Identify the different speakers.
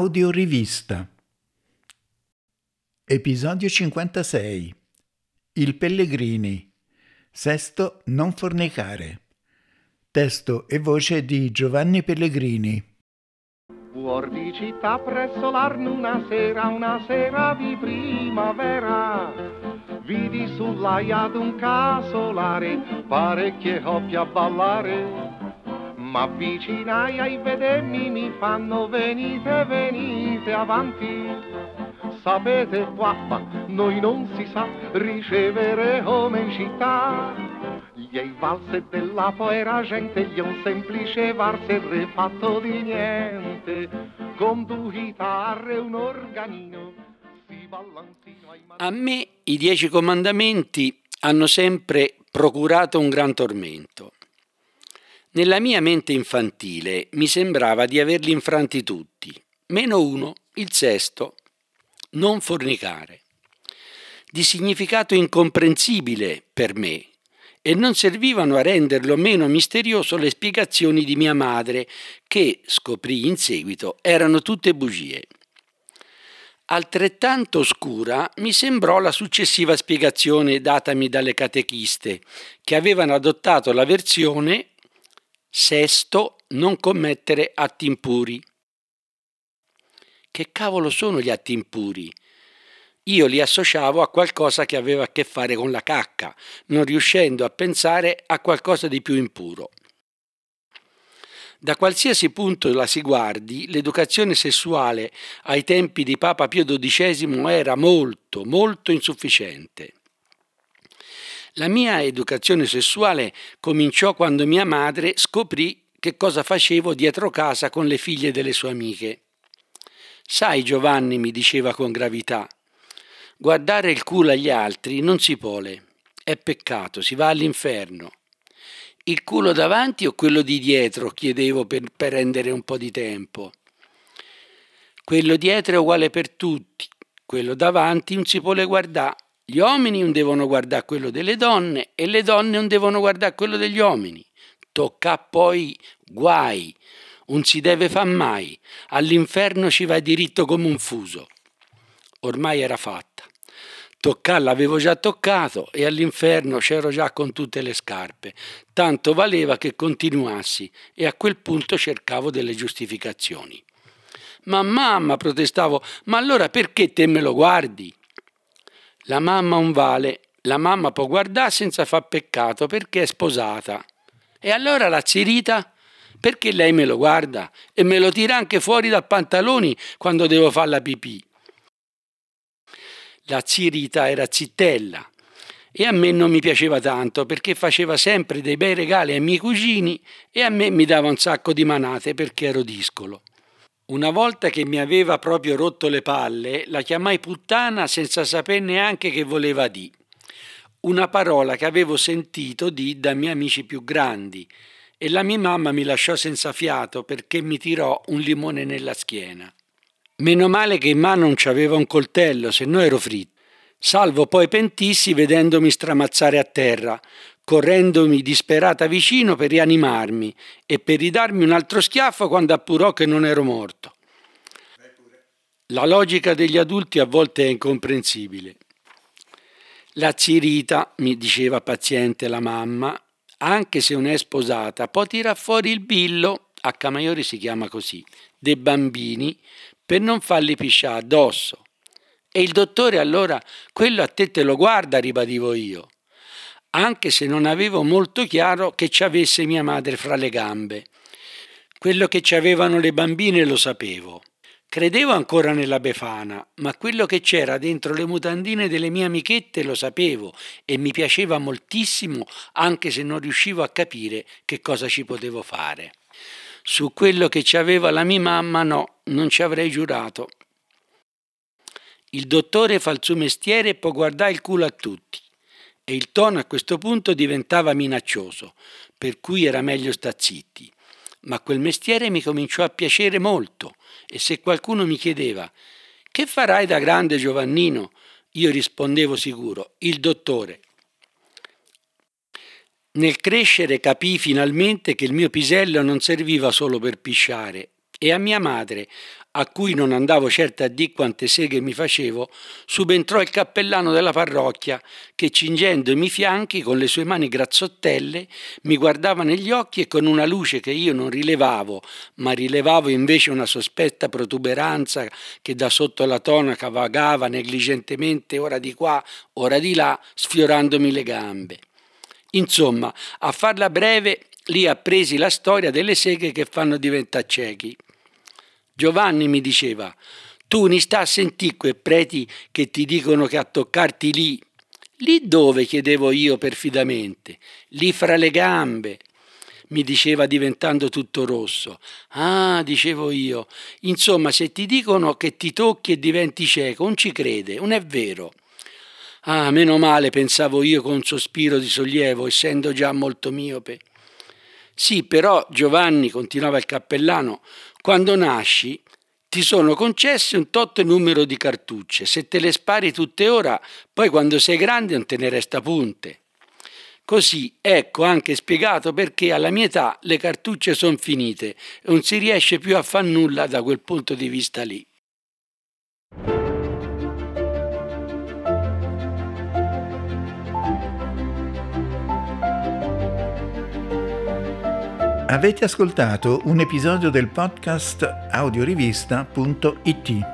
Speaker 1: Audiorivista. Episodio 56. Il Pellegrini. Sesto non fornicare. Testo e voce di Giovanni Pellegrini.
Speaker 2: Fuor di città presso l'Arno una sera di primavera, vidi sull'aia ad un casolare parecchie coppie a ballare. M'avvicinai ai vedemmi, mi fanno venite avanti. Sapete qua, ma noi non si sa ricevere come in città. Gli ei valse della poera gente, gli un semplice valse fatto di niente, con due chitarre e un organino, si ballantino ai
Speaker 3: A me i 10 comandamenti hanno sempre procurato un gran tormento. Nella mia mente infantile mi sembrava di averli infranti tutti, meno uno, il sesto, non fornicare, di significato incomprensibile per me, e non servivano a renderlo meno misterioso le spiegazioni di mia madre, che, scoprì in seguito, erano tutte bugie. Altrettanto oscura mi sembrò la successiva spiegazione datami dalle catechiste, che avevano adottato la versione sesto, non commettere atti impuri. Che cavolo sono gli atti impuri? Io li associavo a qualcosa che aveva a che fare con la cacca, non riuscendo a pensare a qualcosa di più impuro. Da qualsiasi punto la si guardi, l'educazione sessuale ai tempi di Papa Pio XII era molto, molto insufficiente. La mia educazione sessuale cominciò quando mia madre scoprì che cosa facevo dietro casa con le figlie delle sue amiche. Sai, Giovanni, mi diceva con gravità, guardare il culo agli altri non si vuole, è peccato, si va all'inferno. Il culo davanti o quello di dietro? Chiedevo per prendere un po' di tempo. Quello dietro è uguale per tutti, quello davanti non si vuole guardare. Gli uomini non devono guardare quello delle donne e le donne non devono guardare quello degli uomini. Tocca poi guai, non si deve far mai, all'inferno ci vai diritto come un fuso. Ormai era fatta. Toccare l'avevo già toccato e all'inferno c'ero già con tutte le scarpe. Tanto valeva che continuassi e a quel punto cercavo delle giustificazioni. Ma mamma, protestavo, ma allora perché te me lo guardi? La mamma non vale, la mamma può guardare senza far peccato perché è sposata. E allora la zirita? Perché lei me lo guarda e me lo tira anche fuori dal pantaloni quando devo fare la pipì. La zirita era zittella e a me non mi piaceva tanto perché faceva sempre dei bei regali ai miei cugini e a me mi dava un sacco di manate perché ero discolo. Una volta che mi aveva proprio rotto le palle, la chiamai puttana senza sapere neanche che voleva dire. Una parola che avevo sentito dire da miei amici più grandi e la mia mamma mi lasciò senza fiato perché mi tirò un limone nella schiena. Meno male che in mano non c'aveva un coltello, se no ero fritto. Salvo poi pentissi vedendomi stramazzare a terra, correndomi disperata vicino per rianimarmi e per ridarmi un altro schiaffo quando appurò che non ero morto. La logica degli adulti a volte è incomprensibile. La zirita, mi diceva paziente la mamma, anche se non è sposata, può tirar fuori il billo, a Camaiore si chiama così, dei bambini per non farli pisciare addosso. E il dottore allora, quello a te lo guarda, ribadivo io, anche se non avevo molto chiaro che ci avesse mia madre fra le gambe. Quello che ci avevano le bambine lo sapevo. Credevo ancora nella Befana, ma quello che c'era dentro le mutandine delle mie amichette lo sapevo e mi piaceva moltissimo, anche se non riuscivo a capire che cosa ci potevo fare. Su quello che ci aveva la mia mamma no, non ci avrei giurato. Il dottore fa il suo mestiere e può guardare il culo a tutti. E il tono a questo punto diventava minaccioso, per cui era meglio sta zitti. Ma quel mestiere mi cominciò a piacere molto e se qualcuno mi chiedeva «Che farai da grande, Giovannino?» io rispondevo sicuro «Il dottore». Nel crescere capii finalmente che il mio pisello non serviva solo per pisciare e a mia madre, a cui non andavo certo a dire quante seghe mi facevo, subentrò il cappellano della parrocchia che, cingendomi i fianchi con le sue mani grazzottelle, mi guardava negli occhi e con una luce che io non rilevavo, ma rilevavo invece una sospetta protuberanza che da sotto la tonaca vagava negligentemente ora di qua, ora di là, sfiorandomi le gambe. Insomma, a farla breve, lì appresi la storia delle seghe che fanno diventare ciechi. Giovanni mi diceva: tu ne sta a sentì quei preti che ti dicono che a toccarti lì. Lì dove? Chiedevo io perfidamente. Lì fra le gambe, mi diceva diventando tutto rosso. Ah, dicevo io, insomma, se ti dicono che ti tocchi e diventi cieco, non ci crede, non è vero. Ah, meno male, pensavo io con un sospiro di sollievo, essendo già molto miope. Sì, però, Giovanni, continuava il cappellano, quando nasci ti sono concesse un tot numero di cartucce. Se te le spari tutte ora, poi quando sei grande non te ne resta punte. Così, ecco anche spiegato perché alla mia età le cartucce sono finite e non si riesce più a far nulla da quel punto di vista lì.
Speaker 1: Avete ascoltato un episodio del podcast audiorivista.it.